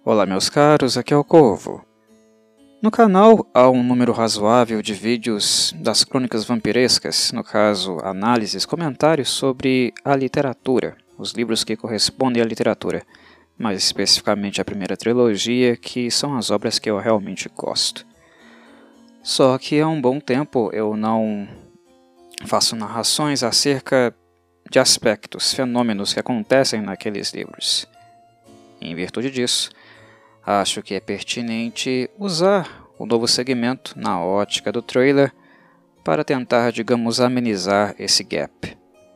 Olá meus caros, aqui é o Corvo. No canal há um número razoável de vídeos das crônicas vampirescas, no caso, análises, comentários sobre a literatura, os livros que correspondem à literatura, mais especificamente a primeira trilogia, que são as obras que eu realmente gosto. Só que há um bom tempo eu não faço narrações acerca de aspectos, fenômenos que acontecem naqueles livros. Em virtude disso, acho que é pertinente usar o novo segmento na ótica do trailer para tentar, digamos, amenizar esse gap.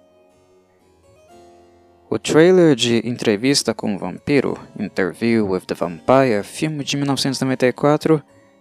O trailer de Entrevista com o Vampiro, Interview with the Vampire, filme de 1994,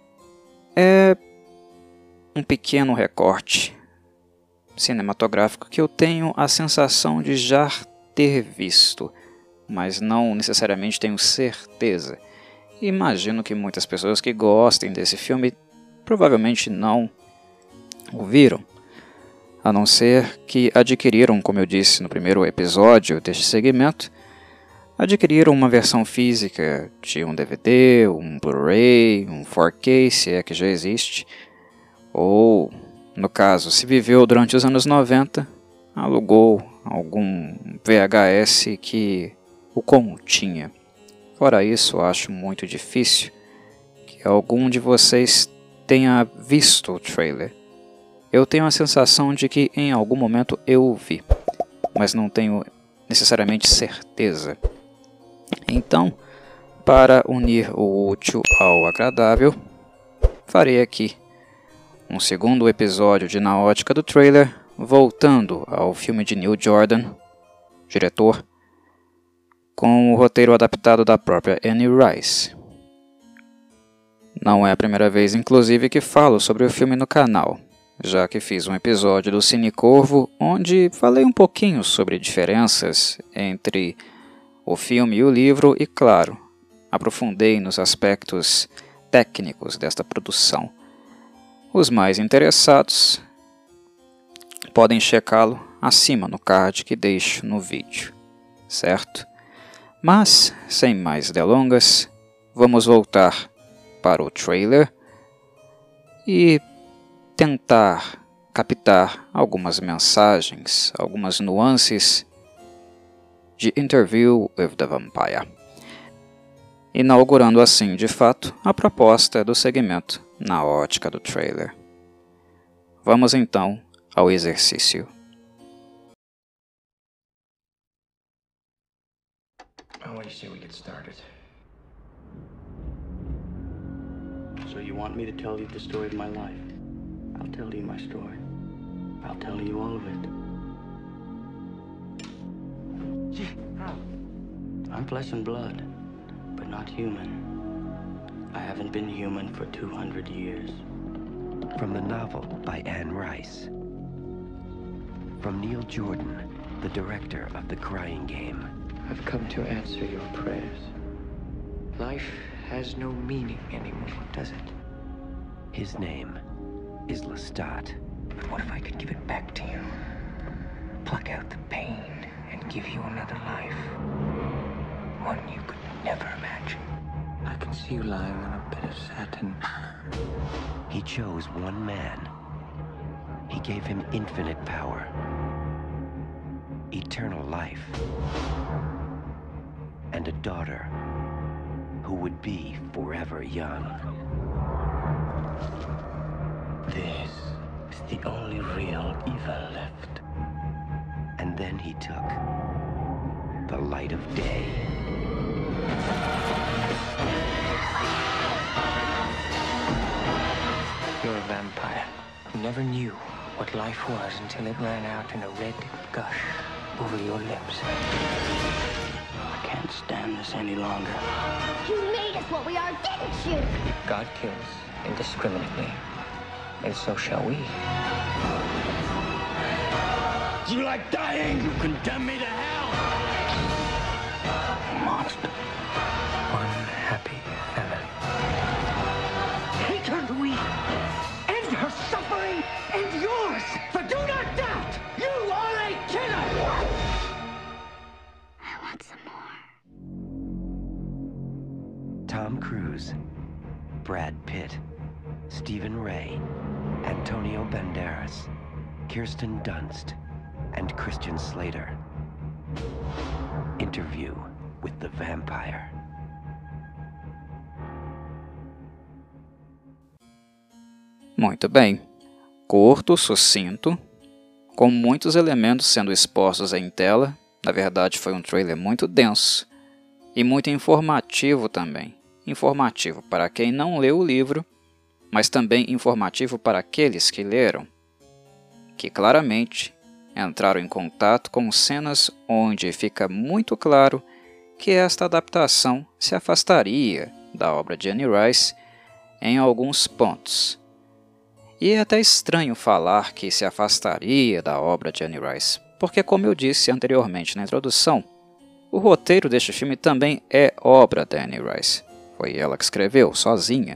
é um pequeno recorte cinematográfico que eu tenho a sensação de já ter visto, mas não necessariamente tenho certeza. Imagino que muitas pessoas que gostem desse filme provavelmente não o viram, a não ser que adquiriram, como eu disse no primeiro episódio deste segmento, adquiriram uma versão física de um DVD, um Blu-ray, um 4K, se é que já existe, ou, no caso, se viveu durante os anos 90, alugou algum VHS que o continha. Fora isso, acho muito difícil que algum de vocês tenha visto o trailer. Eu tenho a sensação de que em algum momento eu o vi, mas não tenho necessariamente certeza. Então, para unir o útil ao agradável, farei aqui um segundo episódio de Na Ótica do Trailer, voltando ao filme de Neil Jordan, diretor, com o roteiro adaptado da própria Anne Rice. Não é a primeira vez, inclusive, que falo sobre o filme no canal, já que fiz um episódio do Cine Corvo, onde falei um pouquinho sobre diferenças entre o filme e o livro e, claro, aprofundei nos aspectos técnicos desta produção. Os mais interessados podem checá-lo acima no card que deixo no vídeo, certo? Mas, sem mais delongas, vamos voltar para o trailer e tentar captar algumas mensagens, algumas nuances de Interview with the Vampire, inaugurando assim, de fato, a proposta do segmento Na Ótica do Trailer. Vamos então ao exercício. What do you say we get started? So you want me to tell you the story of my life? I'll tell you my story. I'll tell you all of it. Gee, how? I'm flesh and blood, but not human. I haven't been human for 200 years. From the novel by Anne Rice. From Neil Jordan, the director of The Crying Game. I've come to answer your prayers. Life has no meaning anymore, does it? His name is Lestat. But what if I could give it back to you? Pluck out the pain and give you another life. One you could never imagine. I can see you lying on a bed of satin. He chose one man. He gave him infinite power. Eternal life. And a daughter who would be forever young. This is the only real evil left. And then he took the light of day. You're a vampire who never knew what life was until it ran out in a red gush over your lips. I can't stand this any longer. You made us what we are, didn't you? God kills indiscriminately, and so shall we. Do you like dying? You condemn me to hell! Monster. One happy family. Take her, Louise. End her suffering and yours. But do not doubt! You are a killer! I want some more. Stephen Ray, Antonio Banderas, Kirsten Dunst, and Christian Slater. Interview with the Vampire. Muito bem. Curto, sucinto, com muitos elementos sendo expostos em tela. Na verdade, foi um trailer muito denso e muito informativo também. Informativo para quem não leu o livro, mas também informativo para aqueles que leram, que claramente entraram em contato com cenas onde fica muito claro que esta adaptação se afastaria da obra de Anne Rice em alguns pontos. E é até estranho falar que se afastaria da obra de Anne Rice, porque, como eu disse anteriormente na introdução, o roteiro deste filme também é obra da Anne Rice. Foi ela que escreveu, sozinha.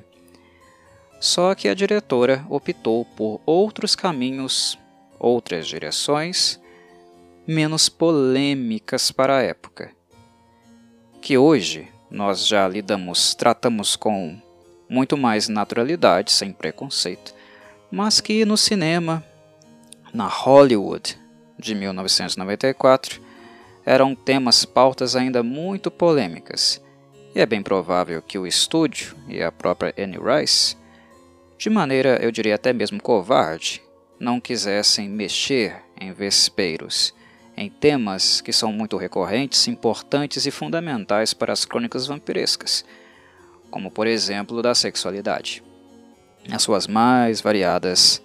Só que a diretora optou por outros caminhos, outras direções, menos polêmicas para a época, que hoje nós já tratamos com muito mais naturalidade, sem preconceito, mas que no cinema, na Hollywood de 1994, eram temas, pautas ainda muito polêmicas, e é bem provável que o estúdio e a própria Anne Rice, de maneira, eu diria até mesmo covarde, não quisessem mexer em vespeiros, em temas que são muito recorrentes, importantes e fundamentais para as crônicas vampirescas, como por exemplo da sexualidade, nas suas mais variadas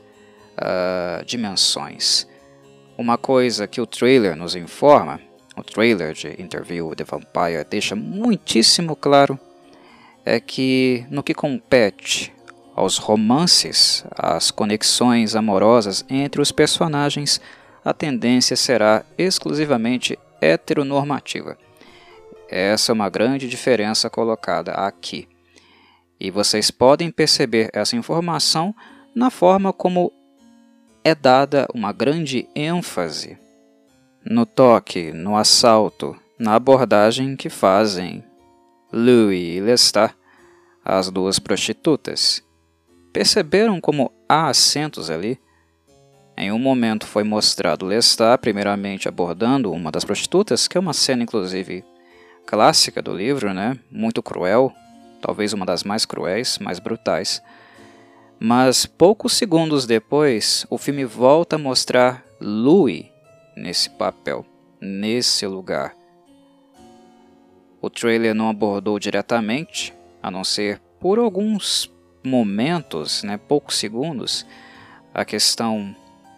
dimensões. Uma coisa que o trailer nos informa, o trailer de Interview with the Vampire deixa muitíssimo claro, é que no que compete aos romances, às conexões amorosas entre os personagens, a tendência será exclusivamente heteronormativa. Essa é uma grande diferença colocada aqui. E vocês podem perceber essa informação na forma como é dada uma grande ênfase no toque, no assalto, na abordagem que fazem Louis e Lestat, as duas prostitutas. Perceberam como há acentos ali? Em um momento foi mostrado Lestat primeiramente abordando uma das prostitutas, que é uma cena inclusive clássica do livro, né? Muito cruel, talvez uma das mais cruéis, mais brutais. Mas poucos segundos depois, o filme volta a mostrar Louis nesse papel, nesse lugar. O trailer não abordou diretamente, a não ser por alguns momentos, né, poucos segundos, a questão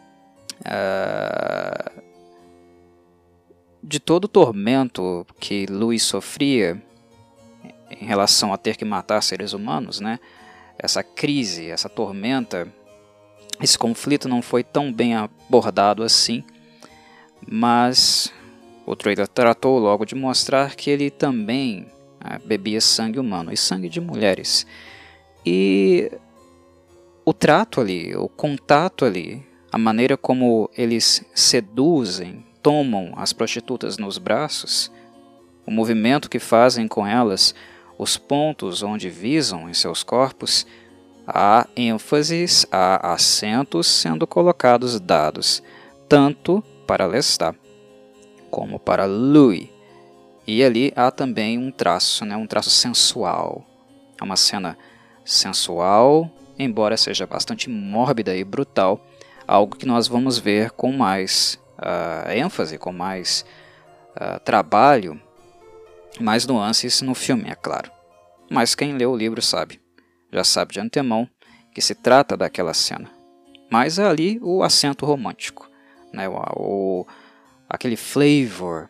de todo o tormento que Louis sofria em relação a ter que matar seres humanos, né? Essa crise, essa tormenta, esse conflito não foi tão bem abordado assim, mas o trailer tratou logo de mostrar que ele também bebia sangue humano e sangue de mulheres. E o trato ali, o contato ali, a maneira como eles seduzem, tomam as prostitutas nos braços, o movimento que fazem com elas, os pontos onde visam em seus corpos, há ênfases, há acentos sendo colocados, dados, tanto para Lestat como para Louis. E ali há também um traço, né, um traço sensual. É uma cena sensual, embora seja bastante mórbida e brutal, algo que nós vamos ver com mais ênfase, com mais trabalho, mais nuances no filme, é claro. Mas quem leu o livro sabe, já sabe de antemão que se trata daquela cena. Mas é ali o acento romântico, né? Aquele flavor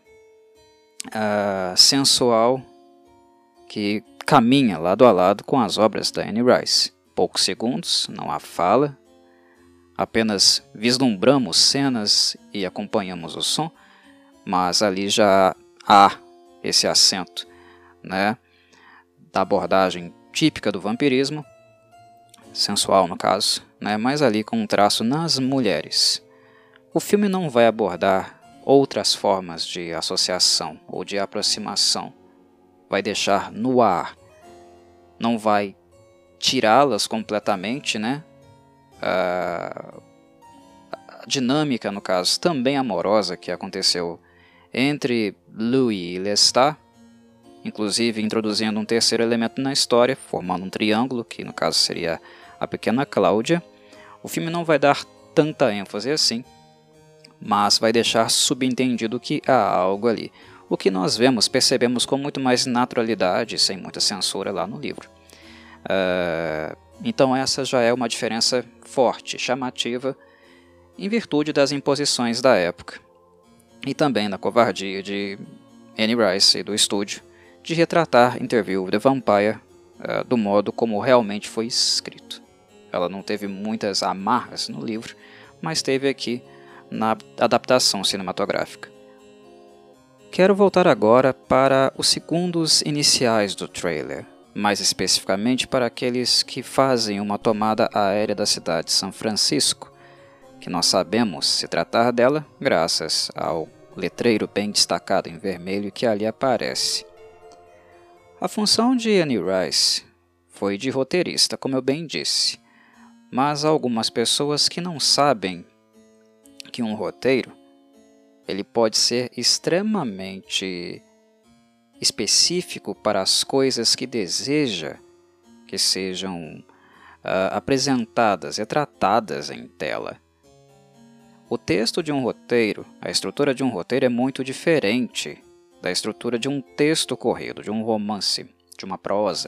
sensual que caminha lado a lado com as obras da Anne Rice. Poucos segundos, não há fala, apenas vislumbramos cenas e acompanhamos o som, mas ali já há esse acento, né, da abordagem típica do vampirismo, sensual no caso, né, mas ali com um traço nas mulheres. O filme não vai abordar outras formas de associação ou de aproximação, vai deixar no ar, não vai tirá-las completamente, né? A dinâmica, no caso, também amorosa que aconteceu entre Louis e Lestat, inclusive introduzindo um terceiro elemento na história, formando um triângulo, que no caso seria a pequena Cláudia. O filme não vai dar tanta ênfase assim, mas vai deixar subentendido que há algo ali. O que nós vemos, percebemos com muito mais naturalidade, sem muita censura lá no livro. Então essa já é uma diferença forte, chamativa, em virtude das imposições da época. E também da covardia de Anne Rice e do estúdio de retratar Interview with the Vampire do modo como realmente foi escrito. Ela não teve muitas amarras no livro, mas teve aqui na adaptação cinematográfica. Quero voltar agora para os segundos iniciais do trailer, mais especificamente para aqueles que fazem uma tomada aérea da cidade de São Francisco, que nós sabemos se tratar dela graças ao letreiro bem destacado em vermelho que ali aparece. A função de Anne Rice foi de roteirista, como eu bem disse, mas há algumas pessoas que não sabem que um roteiro ele pode ser extremamente específico para as coisas que deseja que sejam apresentadas e tratadas em tela. O texto de um roteiro, a estrutura de um roteiro é muito diferente da estrutura de um texto corrido, de um romance, de uma prosa.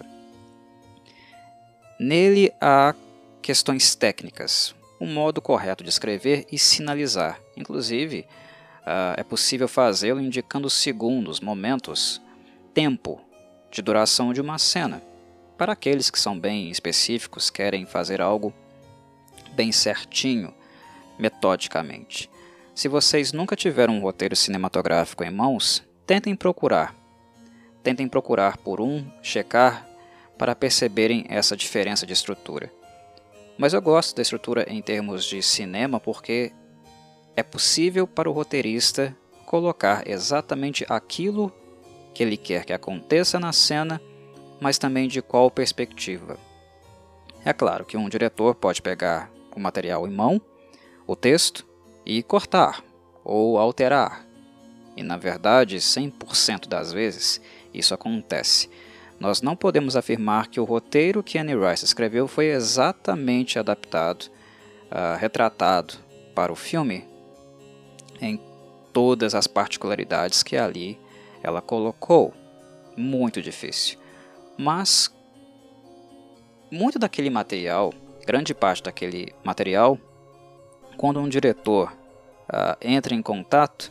Nele há questões técnicas, um modo correto de escrever e sinalizar. Inclusive, é possível fazê-lo indicando segundos, momentos, tempo de duração de uma cena. Para aqueles que são bem específicos, querem fazer algo bem certinho, metodicamente. Se vocês nunca tiveram um roteiro cinematográfico em mãos, tentem procurar por checar para perceberem essa diferença de estrutura. Mas eu gosto da estrutura em termos de cinema porque é possível para o roteirista colocar exatamente aquilo que ele quer que aconteça na cena, mas também de qual perspectiva. É claro que um diretor pode pegar o material em mão, o texto, e cortar ou alterar. E na verdade, 100% das vezes, isso acontece. Nós não podemos afirmar que o roteiro que Anne Rice escreveu foi exatamente adaptado, retratado para o filme em todas as particularidades que ali ela colocou. Muito difícil. Mas muito daquele material, grande parte daquele material, quando um diretor entra em contato,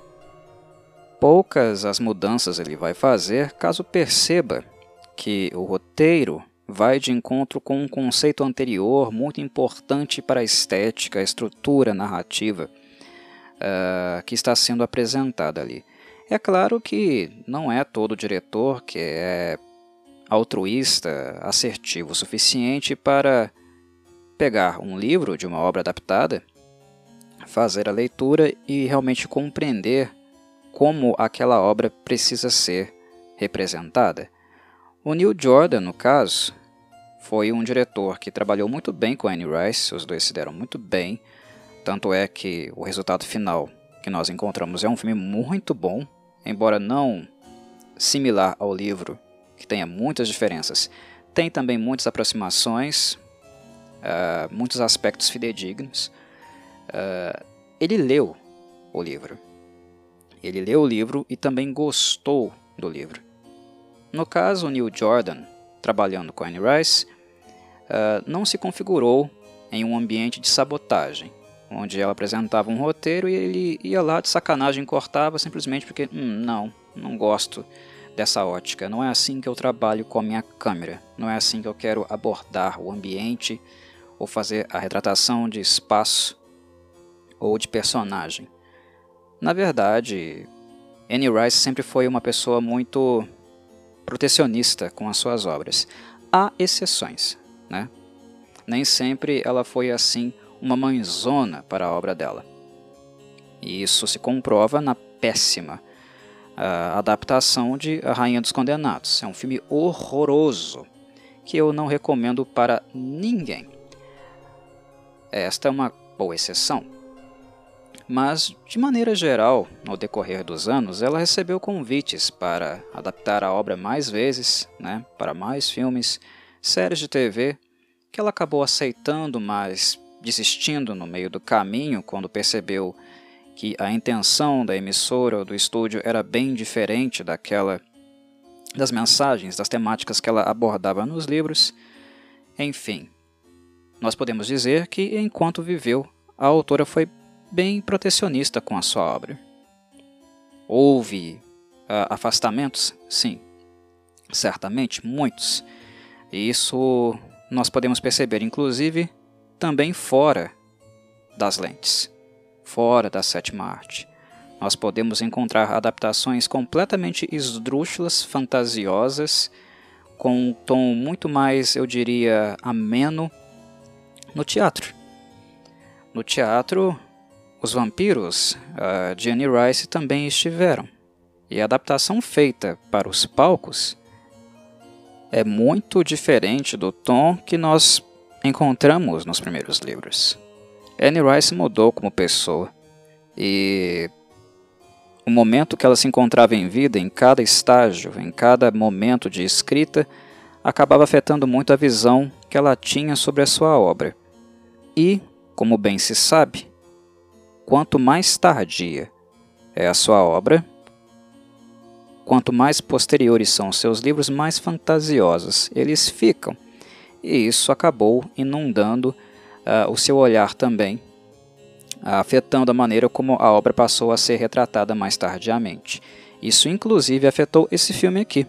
poucas as mudanças ele vai fazer caso perceba que o roteiro vai de encontro com um conceito anterior muito importante para a estética, a estrutura narrativa que está sendo apresentada ali. É claro que não é todo diretor que é altruísta, assertivo o suficiente para pegar um livro de uma obra adaptada, fazer a leitura e realmente compreender como aquela obra precisa ser representada. O Neil Jordan, no caso, foi um diretor que trabalhou muito bem com Anne Rice, os dois se deram muito bem, tanto é que o resultado final que nós encontramos é um filme muito bom, embora não similar ao livro, que tenha muitas diferenças. Tem também muitas aproximações, muitos aspectos fidedignos. Ele leu o livro. Ele leu o livro e também gostou do livro. No caso, o Neil Jordan, trabalhando com Anne Rice, não se configurou em um ambiente de sabotagem, onde ela apresentava um roteiro e ele ia lá de sacanagem e cortava simplesmente porque não gosto dessa ótica, não é assim que eu trabalho com a minha câmera, não é assim que eu quero abordar o ambiente ou fazer a retratação de espaço ou de personagem. Na verdade, Anne Rice sempre foi uma pessoa muito protecionista com as suas obras. Há exceções, né? Nem sempre ela foi assim uma mãezona para a obra dela. E isso se comprova na péssima adaptação de A Rainha dos Condenados. É um filme horroroso, que eu não recomendo para ninguém. Esta é uma boa exceção. Mas, de maneira geral, no decorrer dos anos, ela recebeu convites para adaptar a obra mais vezes, né, para mais filmes, séries de TV, que ela acabou aceitando, mas desistindo no meio do caminho quando percebeu que a intenção da emissora ou do estúdio era bem diferente das mensagens, das temáticas que ela abordava nos livros. Enfim, nós podemos dizer que, enquanto viveu, a autora foi bem protecionista com a sua obra. Houve afastamentos? Sim, certamente, muitos. E isso nós podemos perceber, inclusive, também fora das lentes, fora da sétima arte. Nós podemos encontrar adaptações completamente esdrúxulas, fantasiosas, com um tom muito mais, eu diria, ameno no teatro. No teatro, os vampiros de Anne Rice também estiveram. E a adaptação feita para os palcos é muito diferente do tom que nós encontramos nos primeiros livros. Anne Rice mudou como pessoa, e o momento que ela se encontrava em vida, em cada estágio, em cada momento de escrita, acabava afetando muito a visão que ela tinha sobre a sua obra. E, como bem se sabe, quanto mais tardia é a sua obra, quanto mais posteriores são os seus livros, mais fantasiosos eles ficam. E isso acabou inundando o seu olhar também, afetando a maneira como a obra passou a ser retratada mais tardiamente. Isso inclusive afetou esse filme aqui.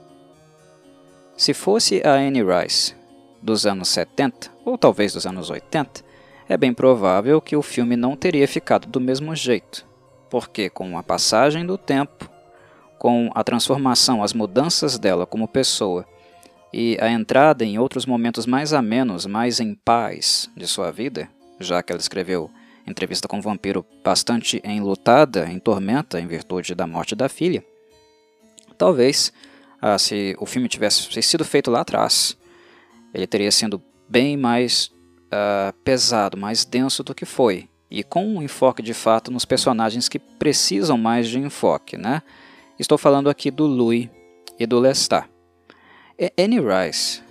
Se fosse a Anne Rice dos anos 70, ou talvez dos anos 80, é bem provável que o filme não teria ficado do mesmo jeito, porque com a passagem do tempo, com a transformação, as mudanças dela como pessoa e a entrada em outros momentos mais amenos, mais em paz de sua vida, já que ela escreveu Entrevista com o Vampiro bastante enlutada, em tormenta, em virtude da morte da filha, talvez, se o filme tivesse sido feito lá atrás, ele teria sido bem mais pesado, mais denso do que foi, e com um enfoque de fato nos personagens que precisam mais de enfoque, né? Estou falando aqui do Louis e do Lestat. Anne Rice,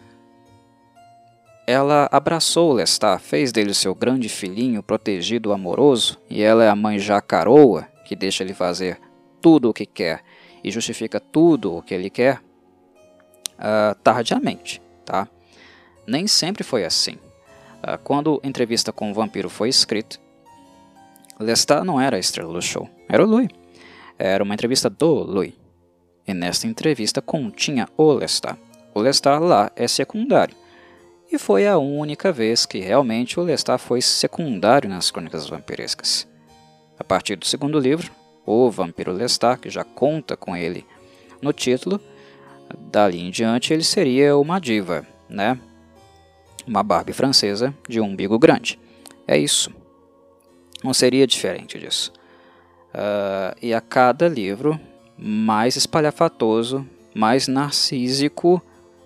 ela abraçou o Lestat, fez dele seu grande filhinho protegido, amoroso, e ela é a mãe jacaroa, que deixa ele fazer tudo o que quer e justifica tudo o que ele quer, tardiamente, tá? Nem sempre foi assim. Quando Entrevista com o Vampiro foi escrito, Lestat não era a estrela do show, era o Louis. Era uma entrevista do Louis. E nesta entrevista continha o Lestat. O Lestat lá é secundário. E foi a única vez que realmente o Lestat foi secundário nas Crônicas Vampirescas. A partir do segundo livro, O Vampiro Lestat, que já conta com ele no título, dali em diante ele seria uma diva, né? Uma Barbie francesa de um umbigo grande. É isso. Não seria diferente disso. E a cada livro, mais espalhafatoso, mais narcísico,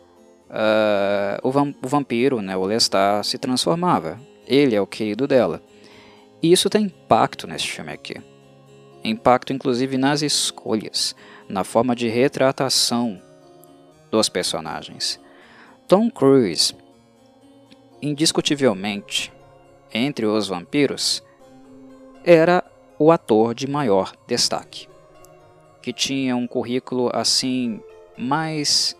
o vampiro, né, o Lestat, se transformava. Ele é o querido dela. E isso tem impacto nesse filme aqui. Impacto inclusive nas escolhas, na forma de retratação dos personagens. Tom Cruise, indiscutivelmente, entre os vampiros, era o ator de maior destaque, que tinha um currículo assim mais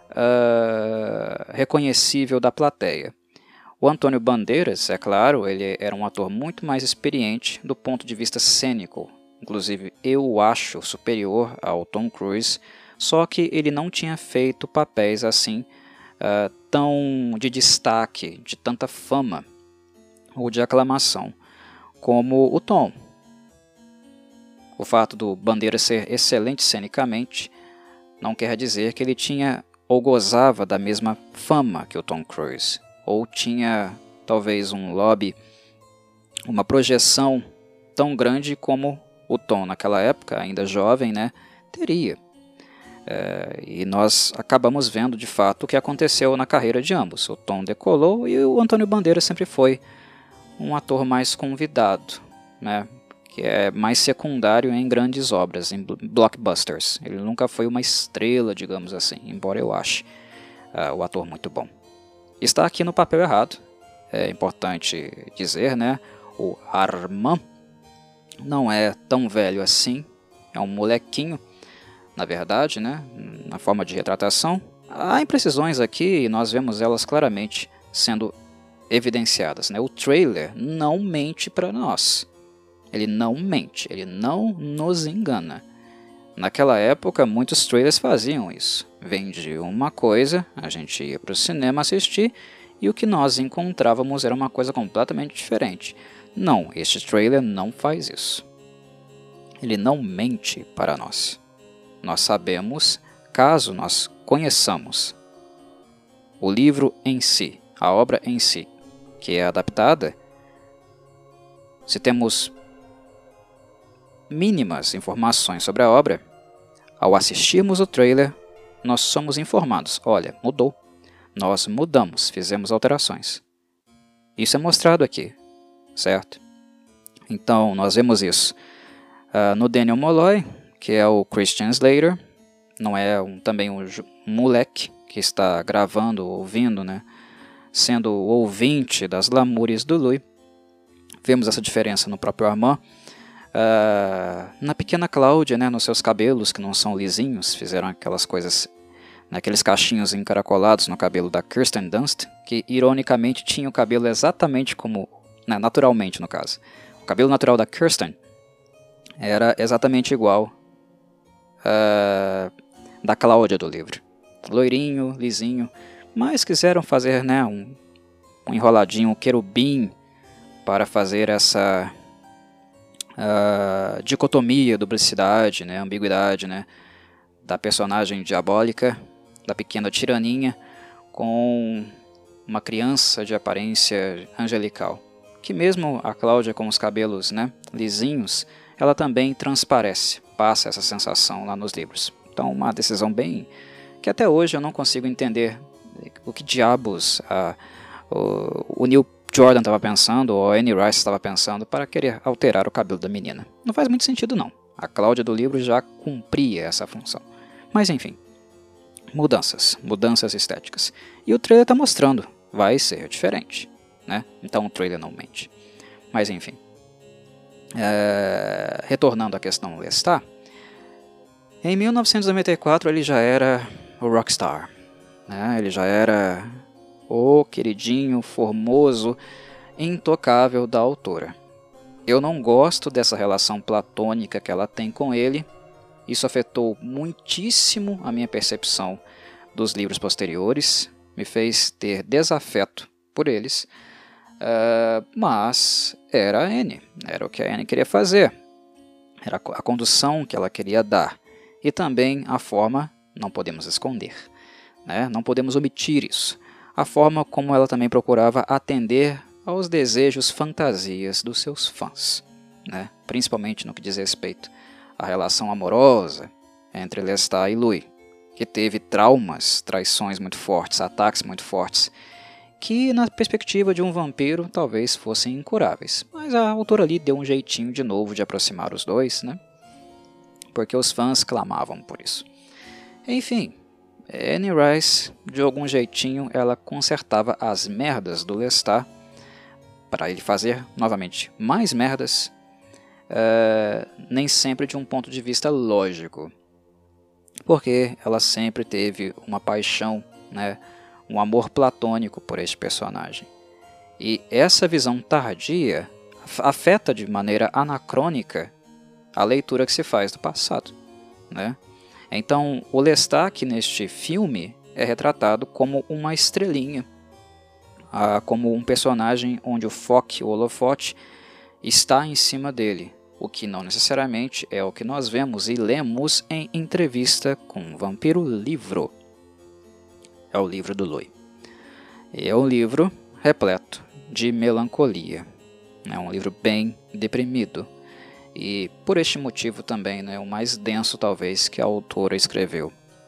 reconhecível da plateia. O Antônio Bandeiras, é claro, ele era um ator muito mais experiente do ponto de vista cênico, inclusive eu o acho superior ao Tom Cruise, só que ele não tinha feito papéis assim tão de destaque, de tanta fama ou de aclamação como o Tom. O fato do Bandeiras ser excelente cenicamente não quer dizer que ele tinha ou gozava da mesma fama que o Tom Cruise, ou tinha talvez um lobby, uma projeção tão grande como o Tom naquela época, ainda jovem, né, teria. E nós acabamos vendo de fato o que aconteceu na carreira de ambos. O Tom decolou e o Antônio Bandeira sempre foi um ator mais convidado, né? Que é mais secundário em grandes obras, em blockbusters. Ele nunca foi uma estrela, digamos assim, embora eu ache o ator muito bom. Está aqui no papel errado, é importante dizer, né? O Armand não é tão velho assim, é um molequinho, na verdade, né? Na forma de retratação. Há imprecisões aqui e nós vemos elas claramente sendo evidenciadas, né? O trailer não mente para nós. Ele não mente, ele não nos engana. Naquela época, muitos trailers faziam isso. Vendiam uma coisa, a gente ia para o cinema assistir, e o que nós encontrávamos era uma coisa completamente diferente. Não, este trailer não faz isso. Ele não mente para nós. Nós sabemos, caso nós conheçamos o livro em si, a obra em si, que é adaptada, se temos mínimas informações sobre a obra, ao assistirmos o trailer, nós somos informados. Olha, mudou. Nós mudamos, fizemos alterações. Isso é mostrado aqui, certo? Então, nós vemos isso no Daniel Molloy, que é o Christian Slater. Não é também um moleque que está gravando, ouvindo, né? Sendo o ouvinte das lamúrias do Louis. Vemos essa diferença no próprio Armand. Na pequena Cláudia, né, nos seus cabelos que não são lisinhos, fizeram aquelas coisas, aqueles cachinhos encaracolados no cabelo da Kirsten Dunst, que ironicamente tinha o cabelo exatamente como, né, naturalmente no caso. O cabelo natural da Kirsten era exatamente igual da Cláudia do livro. Loirinho, lisinho, mas quiseram fazer, né, um enroladinho, um querubim, para fazer essa dicotomia, duplicidade, né, ambiguidade, né, da personagem diabólica, da pequena tiraninha, com uma criança de aparência angelical. Que mesmo a Cláudia com os cabelos, né, lisinhos, ela também transparece, passa essa sensação lá nos livros. Então, uma decisão bem que até hoje eu não consigo entender o que diabos o Neil Jordan estava pensando, ou a Anne Rice estava pensando, para querer alterar o cabelo da menina. Não faz muito sentido não. A Cláudia do livro já cumpria essa função. Mas enfim, mudanças estéticas. E o trailer está mostrando, vai ser diferente, né? Então o trailer não mente. Mas enfim, retornando à questão Lestat, em 1994 ele já era o rockstar, né? Ele já era o queridinho, formoso, intocável da autora. Eu não gosto dessa relação platônica que ela tem com ele. Isso afetou muitíssimo a minha percepção dos livros posteriores, me fez ter desafeto por eles, mas era a Anne, era o que a Anne queria fazer, era a condução que ela queria dar, e também a forma, não podemos esconder, né? Não podemos omitir isso, a forma como ela também procurava atender aos desejos, fantasias dos seus fãs, né? Principalmente no que diz respeito à relação amorosa entre Lestat e Louis, que teve traumas, traições muito fortes, ataques muito fortes, que na perspectiva de um vampiro talvez fossem incuráveis. Mas a autora ali deu um jeitinho de novo de aproximar os dois, né? Porque os fãs clamavam por isso. Enfim, Anne Rice, de algum jeitinho, ela consertava as merdas do Lestat para ele fazer, novamente, mais merdas, nem sempre de um ponto de vista lógico, porque ela sempre teve uma paixão, né, um amor platônico por este personagem. E essa visão tardia afeta de maneira anacrônica a leitura que se faz do passado, né? Então, o Lestat, que neste filme é retratado como uma estrelinha, como um personagem onde o foco, o holofote, está em cima dele, o que não necessariamente é o que nós vemos e lemos em Entrevista com o Vampiro livro. É o livro do Louis. É um livro repleto de melancolia. É um livro bem deprimido. E por este motivo também, né, o mais denso talvez que a autora escreveu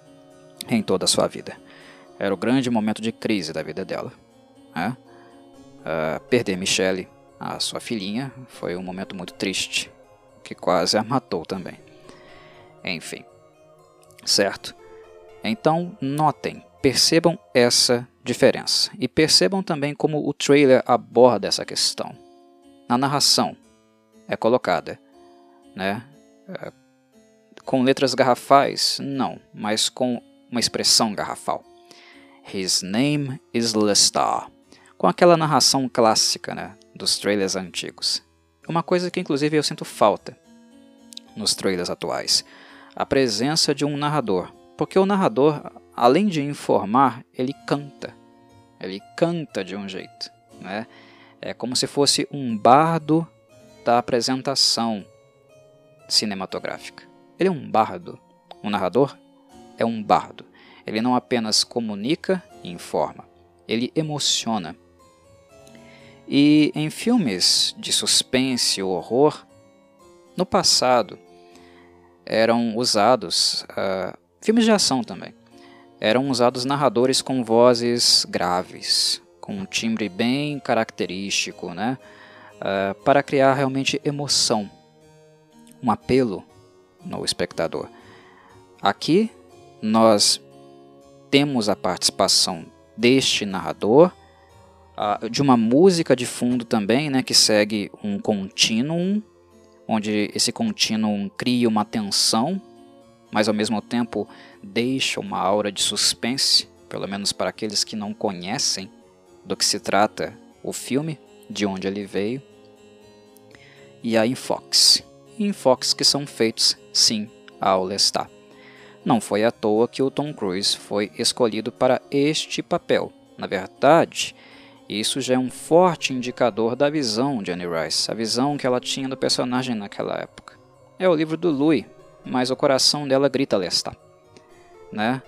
em toda a sua vida. Era o grande momento de crise da vida dela, né? Perder Michelle, a sua filhinha, foi um momento muito triste, que quase a matou também. Enfim, certo? Então, notem, percebam essa diferença. E percebam também como o trailer aborda essa questão. Na narração é colocada, né? Com letras garrafais? Não, mas com uma expressão garrafal. His name is Lestat. Com aquela narração clássica, né, dos trailers antigos. Uma coisa que inclusive eu sinto falta nos trailers atuais. A presença de um narrador. Porque o narrador, além de informar, ele canta. Ele canta de um jeito, né? É como se fosse um bardo da apresentação cinematográfica. Ele é um bardo. O narrador é um bardo. Ele não apenas comunica e informa, ele emociona. E em filmes de suspense ou horror, no passado, eram usados, filmes de ação também, eram usados narradores com vozes graves, com um timbre bem característico, né? Para criar realmente emoção, um apelo no espectador. Aqui nós temos a participação deste narrador, de uma música de fundo também, né, que segue um contínuo, onde esse contínuo cria uma tensão, mas ao mesmo tempo deixa uma aura de suspense, pelo menos para aqueles que não conhecem do que se trata o filme, de onde ele veio. E há enfoques que são feitos, sim, ao Lestat. Não foi à toa que o Tom Cruise foi escolhido para este papel. Na verdade, isso já é um forte indicador da visão de Anne Rice, a visão que ela tinha do personagem naquela época. É o livro do Louis, mas o coração dela grita Lestat, né?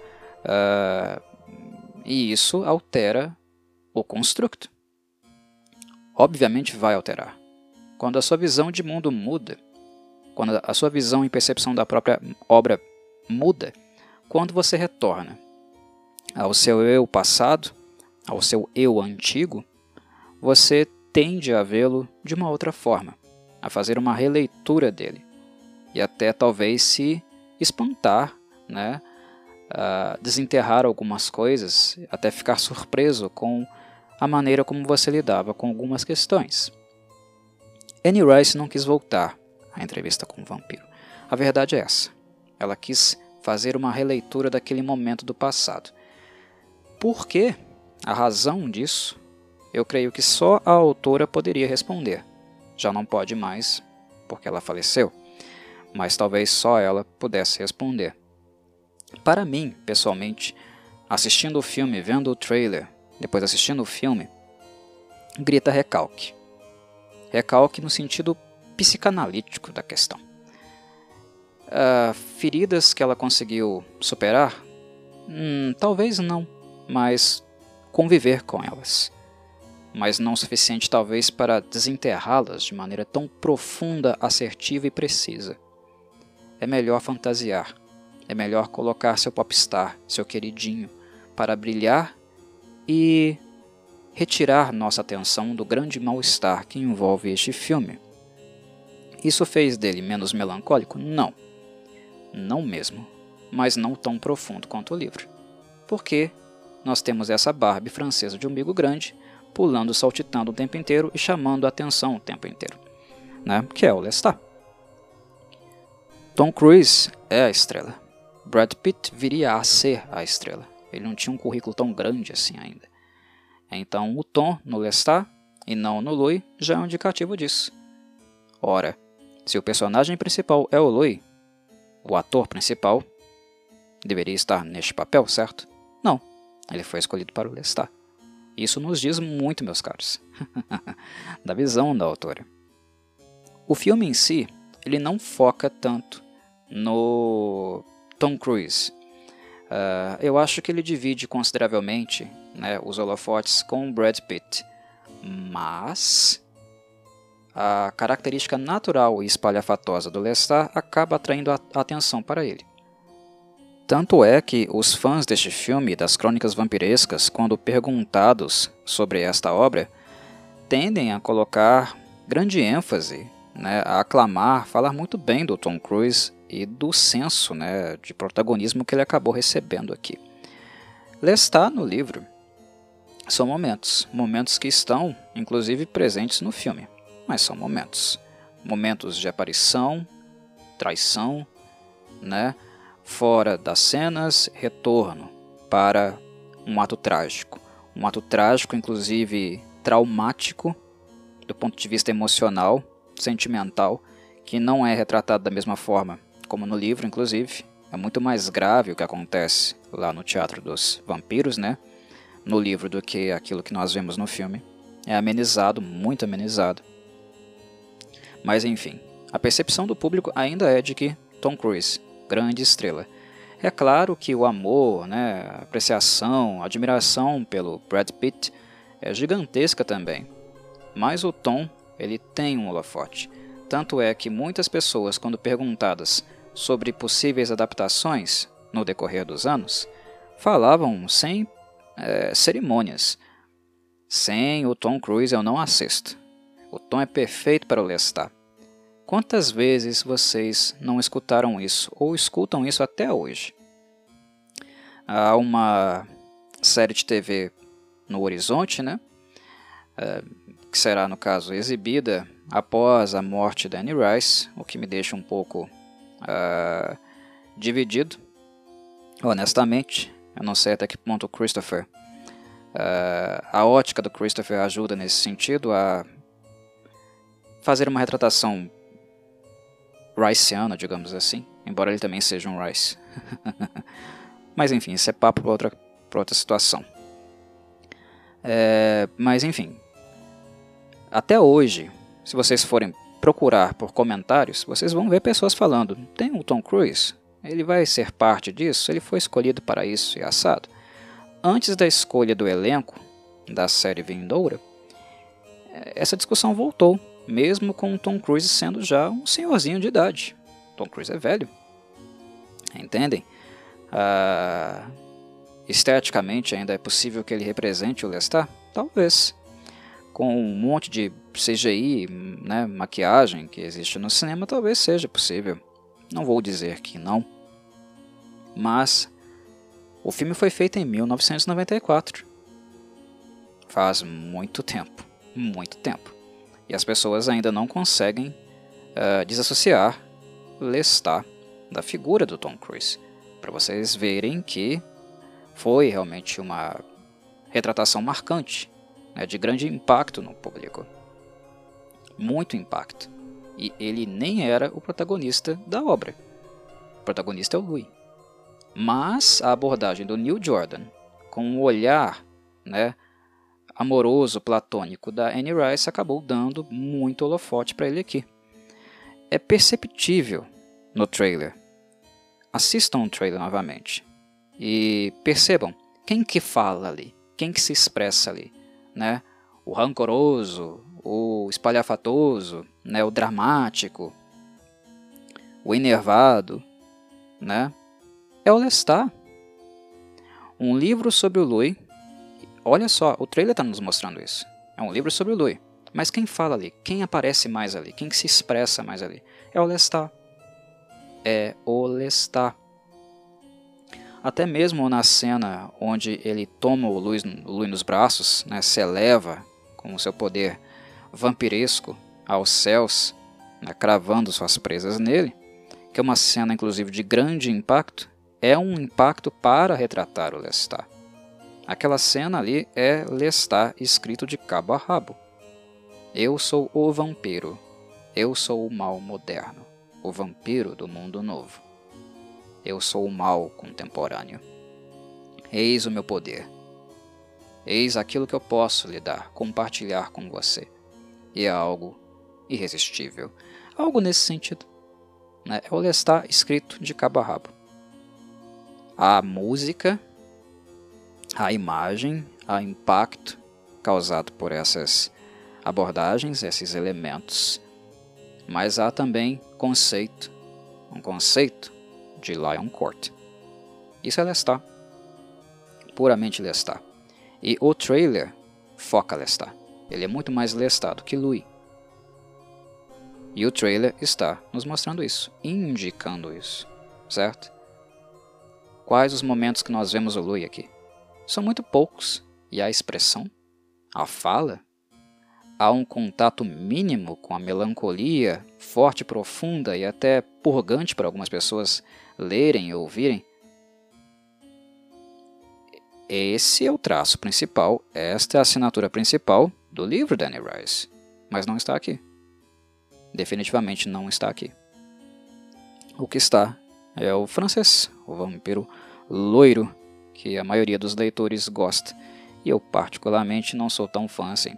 E isso altera o construto. Obviamente vai alterar. Quando a sua visão de mundo muda, quando a sua visão e percepção da própria obra muda, quando você retorna ao seu eu passado, ao seu eu antigo, você tende a vê-lo de uma outra forma, a fazer uma releitura dele e até talvez se espantar, né? A desenterrar algumas coisas, até ficar surpreso com a maneira como você lidava com algumas questões. Anne Rice não quis voltar à entrevista com o vampiro. A verdade é essa. Ela quis fazer uma releitura daquele momento do passado. Por quê? A razão disso, eu creio que só a autora poderia responder. Já não pode mais, porque ela faleceu, mas talvez só ela pudesse responder. Para mim, pessoalmente, assistindo o filme, vendo o trailer, depois assistindo o filme, grita recalque. Recalque no sentido psicanalítico da questão. Feridas que ela conseguiu superar? Talvez não, mas conviver com elas. Mas não o suficiente talvez para desenterrá-las de maneira tão profunda, assertiva e precisa. É melhor fantasiar. É melhor colocar seu popstar, seu queridinho, para brilhar e retirar nossa atenção do grande mal-estar que envolve este filme. Isso fez dele menos melancólico? Não. Não mesmo, mas não tão profundo quanto o livro. Porque nós temos essa Barbie francesa de umbigo grande, pulando, saltitando o tempo inteiro e chamando a atenção o tempo inteiro, né? Que é o Lestat. Tom Cruise é a estrela. Brad Pitt viria a ser a estrela. Ele não tinha um currículo tão grande assim ainda. Então o Tom no Lestat e não no Louis já é um indicativo disso. Ora, se o personagem principal é o Louis, o ator principal deveria estar neste papel, certo? Não, ele foi escolhido para o Lestat. Isso nos diz muito, meus caros, da visão da autora. O filme em si, ele não foca tanto no Tom Cruise. Eu acho que ele divide consideravelmente, né, os holofotes com o Brad Pitt, mas a característica natural e espalhafatosa do Lestat acaba atraindo a atenção para ele. Tanto é que os fãs deste filme, das Crônicas Vampirescas, quando perguntados sobre esta obra, tendem a colocar grande ênfase, né, a aclamar, falar muito bem do Tom Cruise e do senso, né, de protagonismo que ele acabou recebendo aqui. Lestat no livro são momentos que estão, inclusive, presentes no filme, mas são momentos de aparição, traição, né, fora das cenas, retorno para um ato trágico, inclusive traumático do ponto de vista emocional, sentimental, que não é retratado da mesma forma como no livro, inclusive. É muito mais grave o que acontece lá no Teatro dos Vampiros, né, no livro, do que aquilo que nós vemos no filme. É amenizado, muito amenizado. Mas enfim, a percepção do público ainda é de que Tom Cruise, grande estrela. É claro que o amor, né, a apreciação, a admiração pelo Brad Pitt é gigantesca também. Mas o Tom, ele tem um holofote. Tanto é que muitas pessoas, quando perguntadas sobre possíveis adaptações no decorrer dos anos, falavam sem cerimônias: sem o Tom Cruise eu não assisto. O Tom é perfeito para o Lestat. Quantas vezes vocês não escutaram isso, ou escutam isso até hoje? Há uma série de TV no horizonte, né? Que será, no caso, exibida após a morte da Anne Rice, o que me deixa um pouco dividido, honestamente. Eu não sei até que ponto o Christopher, a ótica do Christopher ajuda nesse sentido a fazer uma retratação Riceana, digamos assim, embora ele também seja um Rice. Mas enfim, isso é papo para outra situação. Mas enfim, até hoje, se vocês forem procurar por comentários, vocês vão ver pessoas falando: tem o Tom Cruise, ele vai ser parte disso, ele foi escolhido para isso e assado. Antes da escolha do elenco da série vindoura, essa discussão voltou, mesmo com o Tom Cruise sendo já um senhorzinho de idade. Tom Cruise é velho, entendem? Esteticamente ainda é possível que ele represente o Lestat? Talvez. Com um monte de CGI, né, maquiagem que existe no cinema, talvez seja possível. Não vou dizer que não. Mas o filme foi feito em 1994. Faz muito tempo. Muito tempo. E as pessoas ainda não conseguem desassociar Lestat da figura do Tom Cruise. Para vocês verem que foi realmente uma retratação marcante, né, de grande impacto no público. Muito impacto. E ele nem era o protagonista da obra. O protagonista é o Louis. Mas a abordagem do Neil Jordan, com o olhar, né, amoroso, platônico da Anne Rice, acabou dando muito holofote para ele aqui. É perceptível no trailer. Assistam o trailer novamente e percebam quem que fala ali, quem que se expressa ali, né? O rancoroso, o espalhafatoso, né? O dramático, o enervado, né? É o Lestat. Um livro sobre o Louis. Olha só, o trailer está nos mostrando isso. É um livro sobre o Louis. Mas quem fala ali? Quem aparece mais ali? Quem que se expressa mais ali? É o Lestat. É o Lestat. Até mesmo na cena onde ele toma o Louis nos braços, né, se eleva com o seu poder vampiresco aos céus, né, cravando suas presas nele, que é uma cena inclusive de grande impacto, é um impacto para retratar o Lestat. Aquela cena ali é Lestat escrito de cabo a rabo. Eu sou o vampiro, eu sou o mal moderno, o vampiro do mundo novo. Eu sou o mal contemporâneo. Eis o meu poder. Eis aquilo que eu posso lhe dar, compartilhar com você. E é algo irresistível. Algo nesse sentido, né? É o Lestat escrito de cabo a rabo. A música, a imagem, o impacto causado por essas abordagens, esses elementos. Mas há também um conceito de Lion Court. Isso é Lestat. Puramente Lestat. E o trailer foca Lestat. Ele é muito mais Lestat do que Louis. E o trailer está nos mostrando isso, indicando isso, certo? Quais os momentos que nós vemos o Louis aqui? São muito poucos. E a expressão, a fala, há um contato mínimo com a melancolia, forte, profunda e até purgante para algumas pessoas lerem e ouvirem. Esse é o traço principal, esta é a assinatura principal do livro de Anne Rice, mas não está aqui. Definitivamente não está aqui. O que está é o francês, o vampiro loiro, que a maioria dos leitores gosta, e eu particularmente não sou tão fã assim.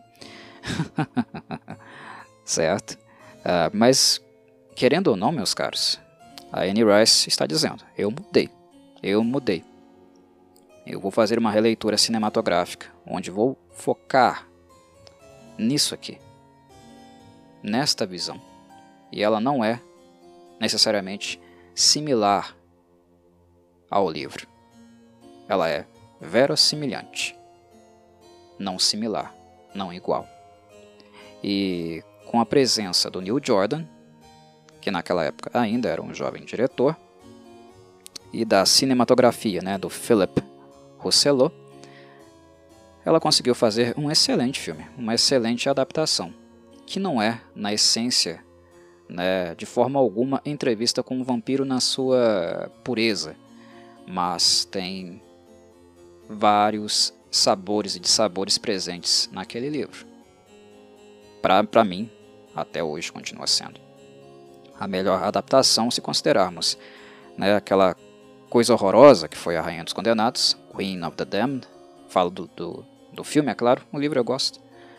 Certo? Mas, querendo ou não, meus caros, a Anne Rice está dizendo, eu mudei. Eu vou fazer uma releitura cinematográfica, onde vou focar nisso aqui, nesta visão. E ela não é necessariamente similar ao livro. Ela é verossimilhante, não similar, não igual. E com a presença do Neil Jordan, que naquela época ainda era um jovem diretor, e da cinematografia, né, do Philip Rousselot, ela conseguiu fazer um excelente filme, uma excelente adaptação, que não é, na essência, né, de forma alguma, entrevista com um vampiro na sua pureza, mas tem vários sabores e dissabores presentes naquele livro. Para mim, até hoje continua sendo a melhor adaptação se considerarmos, né, aquela coisa horrorosa que foi A Rainha dos Condenados, Queen of the Damned. Falo do filme, é claro, o livro eu gosto.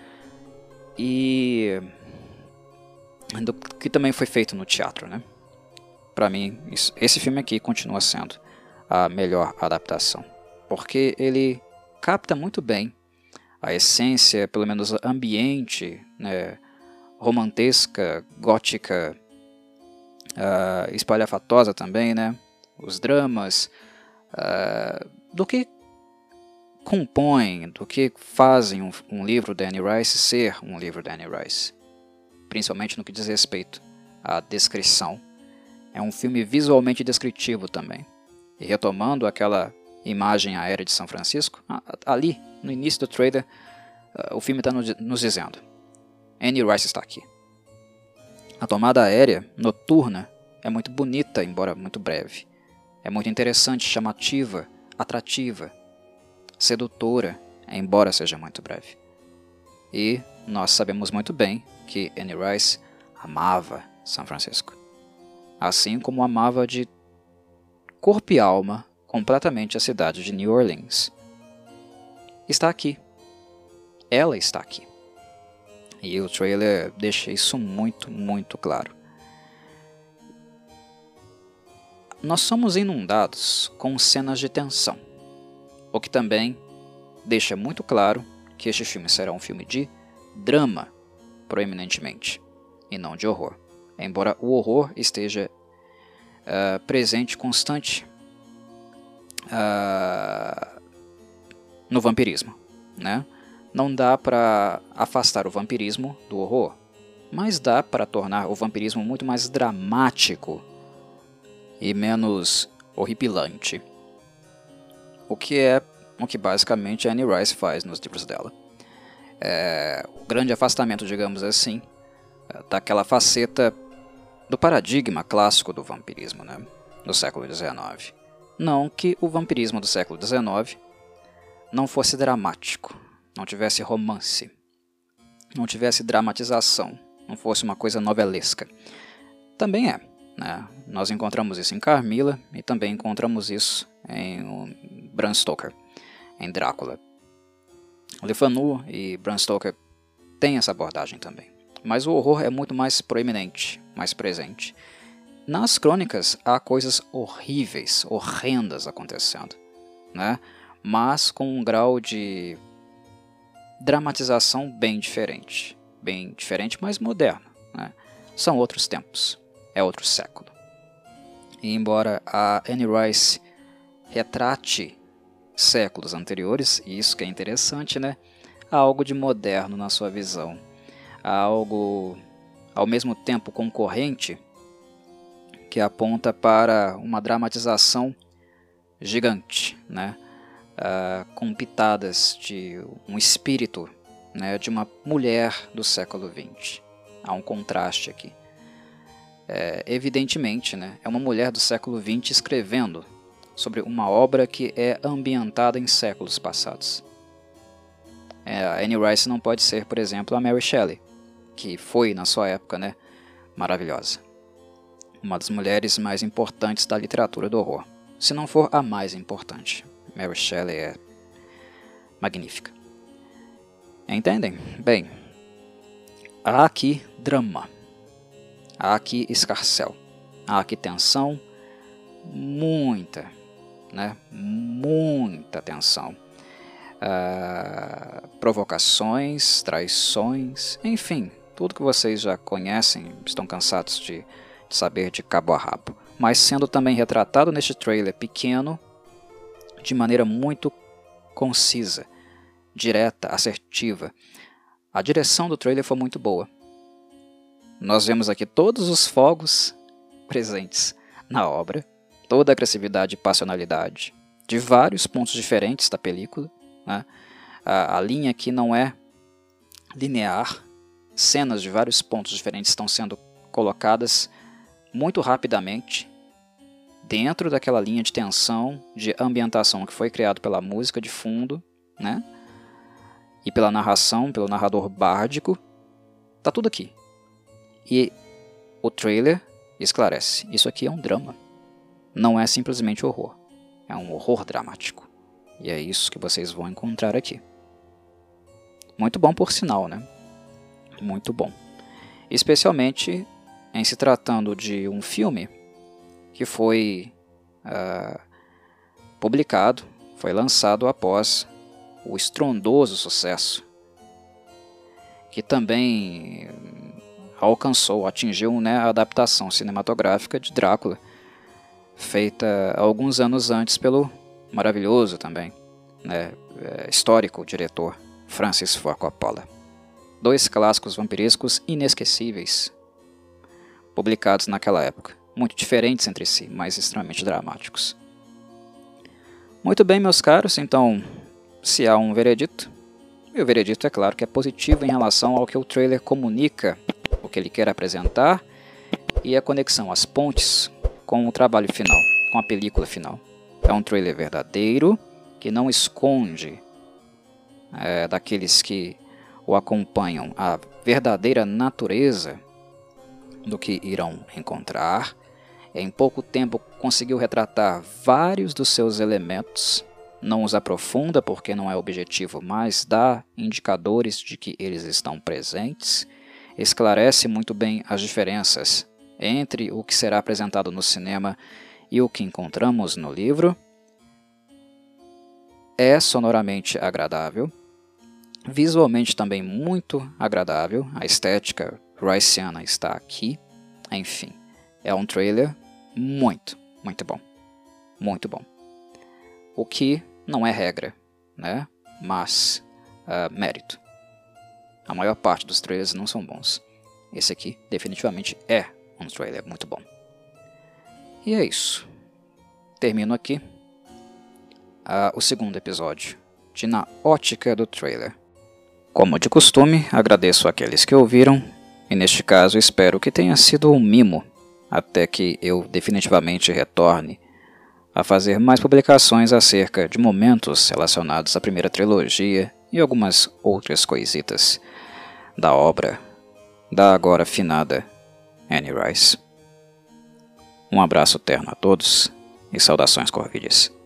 E do que também foi feito no teatro, né? Para mim, esse filme aqui continua sendo a melhor adaptação, porque ele capta muito bem a essência, pelo menos ambiente, né, romantesca, gótica, espalhafatosa também, né? Os dramas, do que compõem, do que fazem um livro da Anne Rice ser um livro da Anne Rice, principalmente no que diz respeito à descrição. É um filme visualmente descritivo também. E retomando aquela imagem aérea de São Francisco, ali, no início do trailer, o filme está nos dizendo: Anne Rice está aqui. A tomada aérea, noturna, é muito bonita, embora muito breve. É muito interessante, chamativa, atrativa, sedutora, embora seja muito breve. E nós sabemos muito bem que Anne Rice amava São Francisco, assim como amava de corpo e alma completamente a cidade de New Orleans. Está aqui. Ela está aqui. E o trailer deixa isso muito, muito claro. Nós somos inundados com cenas de tensão, o que também deixa muito claro que este filme será um filme de drama, proeminentemente, e não de horror. Embora o horror esteja presente, constante no vampirismo, né? Não dá para afastar o vampirismo do horror, mas dá para tornar o vampirismo muito mais dramático e menos horripilante. O que basicamente a Anne Rice faz nos livros dela. O grande afastamento, digamos assim, daquela faceta do paradigma clássico do vampirismo, né, no século XIX. Não que o vampirismo do século XIX não fosse dramático, não tivesse romance, não tivesse dramatização, não fosse uma coisa novelesca. Também é, né? Nós encontramos isso em Carmilla e também encontramos isso em Bram Stoker, em Drácula. Le Fanu e Bram Stoker têm essa abordagem também. Mas o horror é muito mais proeminente, mais presente. Nas crônicas há coisas horríveis, horrendas acontecendo, né? Mas com um grau de dramatização bem diferente, mas moderno, né? São outros tempos, é outro século. E embora a Anne Rice retrate séculos anteriores, e isso que é interessante, né? Há algo de moderno na sua visão, há algo ao mesmo tempo concorrente que aponta para uma dramatização gigante, né? Com pitadas de um espírito, né? De uma mulher do século XX. Há um contraste aqui. Evidentemente, né? É uma mulher do século XX escrevendo sobre uma obra que é ambientada em séculos passados. A Anne Rice não pode ser, por exemplo, a Mary Shelley, que foi, na sua época, né, maravilhosa. Uma das mulheres mais importantes da literatura do horror. Se não for a mais importante. Mary Shelley é magnífica. Entendem? Bem, há aqui drama. Há aqui escarcéu. Há aqui tensão. Muita, né? Muita tensão. Provocações, traições, enfim, tudo que vocês já conhecem, estão cansados de saber de cabo a rabo, mas sendo também retratado neste trailer pequeno, de maneira muito concisa, direta, assertiva. A direção do trailer foi muito boa. Nós vemos aqui todos os fogos presentes na obra, toda a agressividade e passionalidade de vários pontos diferentes da película, né? A linha aqui não é linear, cenas de vários pontos diferentes estão sendo colocadas muito rapidamente dentro daquela linha de tensão, de ambientação que foi criado pela música de fundo, né? E pela narração, pelo narrador bárdico. Tá tudo aqui. E o trailer esclarece, isso aqui é um drama, não é simplesmente horror, é um horror dramático. E é isso que vocês vão encontrar aqui. Muito bom por sinal, né? Muito bom. Especialmente em se tratando de um filme que foi publicado, foi lançado após o estrondoso sucesso que também atingiu, né, a adaptação cinematográfica de Drácula, feita alguns anos antes pelo maravilhoso também, né, histórico diretor Francis Ford Coppola. 2 clássicos vampirescos inesquecíveis, publicados naquela época, muito diferentes entre si, mas extremamente dramáticos. Muito bem, meus caros, então, se há um veredito, e o veredito é claro que é positivo em relação ao que o trailer comunica, o que ele quer apresentar, e a conexão, as pontes com o trabalho final, com a película final. É um trailer verdadeiro, que não esconde daqueles que o acompanham a verdadeira natureza do que irão encontrar. Em pouco tempo conseguiu retratar vários dos seus elementos, não os aprofunda porque não é objetivo, mas dá indicadores de que eles estão presentes, esclarece muito bem as diferenças entre o que será apresentado no cinema e o que encontramos no livro. É sonoramente agradável, visualmente também muito agradável, a estética riceana está aqui, enfim, é um trailer muito bom, muito bom. O que não é regra, né? Mas mérito. A maior parte dos trailers não são bons. Esse aqui definitivamente é um trailer muito bom. E é isso. Termino aqui o segundo episódio de Na Ótica do Trailer. Como de costume, agradeço àqueles que ouviram, e neste caso espero que tenha sido um mimo, até que eu definitivamente retorne a fazer mais publicações acerca de momentos relacionados à primeira trilogia e algumas outras coisitas da obra da agora finada Anne Rice. Um abraço terno a todos e saudações corvídeas.